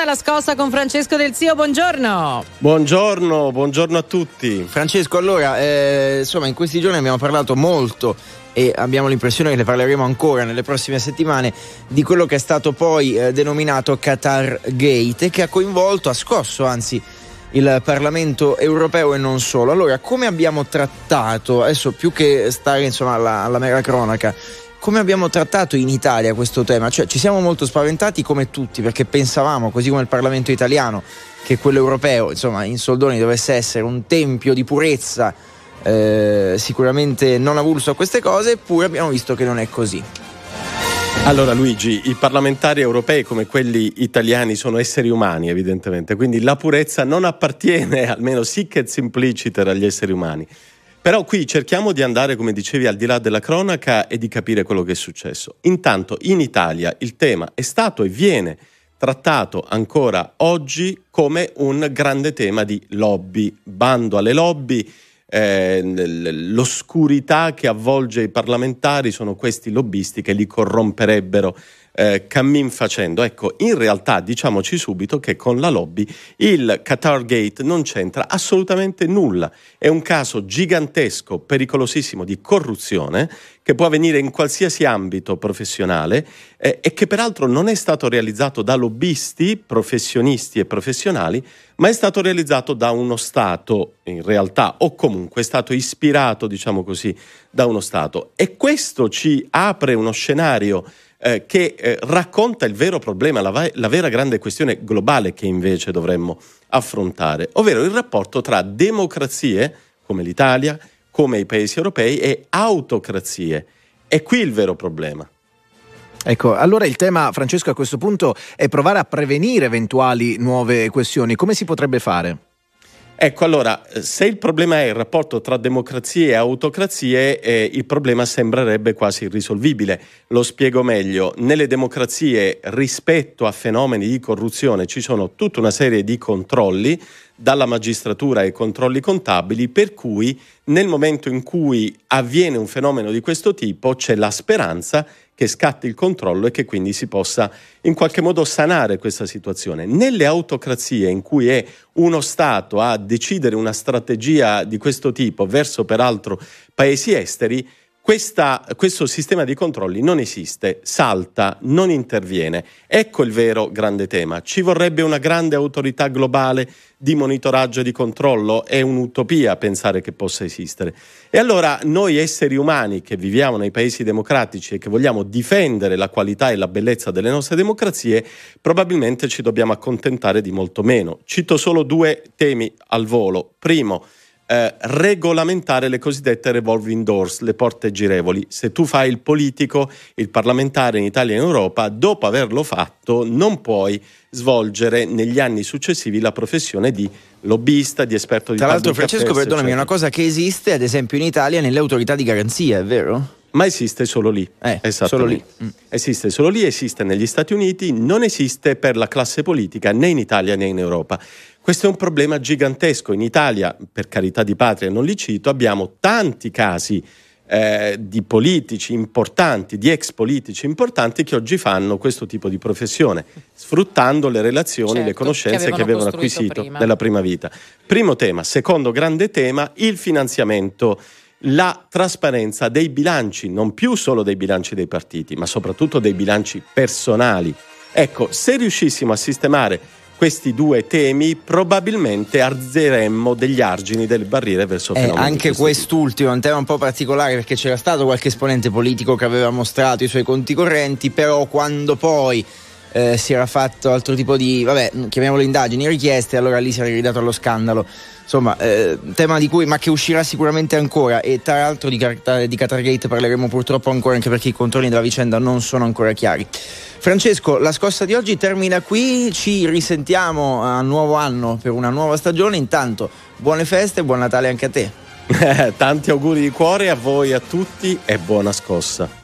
torna La Scossa con Francesco Del Zio, buongiorno. Buongiorno a tutti. Francesco, allora, insomma, in questi giorni abbiamo parlato molto e abbiamo l'impressione che ne parleremo ancora nelle prossime settimane di quello che è stato poi denominato Qatar Gate, che ha scosso anzi il Parlamento europeo e non solo. Allora, come abbiamo trattato, adesso più che stare insomma alla mera cronaca, come abbiamo trattato in Italia questo tema? Cioè, ci siamo molto spaventati come tutti, perché pensavamo, così come il Parlamento italiano, che quello europeo, insomma, in soldoni dovesse essere un tempio di purezza, sicuramente non avulso a queste cose, eppure abbiamo visto che non è così. Allora Luigi, i parlamentari europei come quelli italiani sono esseri umani evidentemente, quindi la purezza non appartiene, almeno sic et simpliciter, agli esseri umani. Però qui cerchiamo di andare, come dicevi, al di là della cronaca e di capire quello che è successo. Intanto in Italia il tema è stato e viene trattato ancora oggi come un grande tema di lobby, bando alle lobby. L'oscurità che avvolge i parlamentari sono questi lobbisti che li corromperebbero cammin facendo. Ecco, in realtà diciamoci subito che con la lobby il Qatar Gate non c'entra assolutamente nulla. È un caso gigantesco, pericolosissimo di corruzione che può avvenire in qualsiasi ambito professionale e che peraltro non è stato realizzato da lobbisti, professionisti e professionali, ma è stato realizzato da uno Stato in realtà, o comunque è stato ispirato, diciamo così, da uno Stato. E questo ci apre uno scenario che racconta il vero problema, la vera grande questione globale che invece dovremmo affrontare, ovvero il rapporto tra democrazie, come l'Italia, come i paesi europei, e autocrazie. È qui il vero problema. Ecco, allora il tema, Francesco, a questo punto è provare a prevenire eventuali nuove questioni. Come si potrebbe fare? Ecco, allora, se il problema è il rapporto tra democrazie e autocrazie, il problema sembrerebbe quasi irrisolvibile. Lo spiego meglio. Nelle democrazie, rispetto a fenomeni di corruzione, ci sono tutta una serie di controlli, dalla magistratura ai controlli contabili, per cui nel momento in cui avviene un fenomeno di questo tipo c'è la speranza che scatti il controllo e che quindi si possa in qualche modo sanare questa situazione. Nelle autocrazie, in cui è uno Stato a decidere una strategia di questo tipo verso peraltro paesi esteri, questo sistema di controlli non esiste, salta, non interviene. Ecco il vero grande tema. Ci vorrebbe una grande autorità globale di monitoraggio e di controllo? È un'utopia pensare che possa esistere. E allora noi esseri umani che viviamo nei paesi democratici e che vogliamo difendere la qualità e la bellezza delle nostre democrazie, probabilmente ci dobbiamo accontentare di molto meno. Cito solo due temi al volo. Primo, regolamentare le cosiddette revolving doors, le porte girevoli. Se tu fai il politico, il parlamentare in Italia e in Europa, dopo averlo fatto non puoi svolgere negli anni successivi la professione di lobbista, di esperto di Tra l'altro, public Francesco, affairs, perdonami, è una cosa che esiste ad esempio in Italia nelle autorità di garanzia, è vero? Ma esiste solo lì. Solo lì. Esiste solo lì, esiste negli Stati Uniti, non esiste per la classe politica né in Italia né in Europa. Questo è un problema gigantesco. In Italia, per carità di patria non li cito, abbiamo tanti casi di politici importanti, di ex politici importanti che oggi fanno questo tipo di professione, sfruttando le relazioni, le conoscenze che avevano acquisito nella prima vita. Primo tema. Secondo grande tema, il finanziamento, la trasparenza dei bilanci, non più solo dei bilanci dei partiti, ma soprattutto dei bilanci personali. Ecco, se riuscissimo a sistemare questi due temi, probabilmente alzeremmo degli argini delle barriere verso fenomeni. Anche quest'ultimo è un tema un po' particolare, perché c'era stato qualche esponente politico che aveva mostrato i suoi conti correnti, però quando poi si era fatto altro tipo di, chiamiamolo indagini, richieste, allora lì si era gridato allo scandalo. Insomma, tema di cui, ma che uscirà sicuramente ancora, e tra l'altro di Qatargate parleremo purtroppo ancora, anche perché i controlli della vicenda non sono ancora chiari. Francesco, la scossa di oggi termina qui, ci risentiamo a nuovo anno per una nuova stagione. Intanto buone feste e buon Natale anche a te. Tanti auguri di cuore a voi, a tutti, e buona scossa.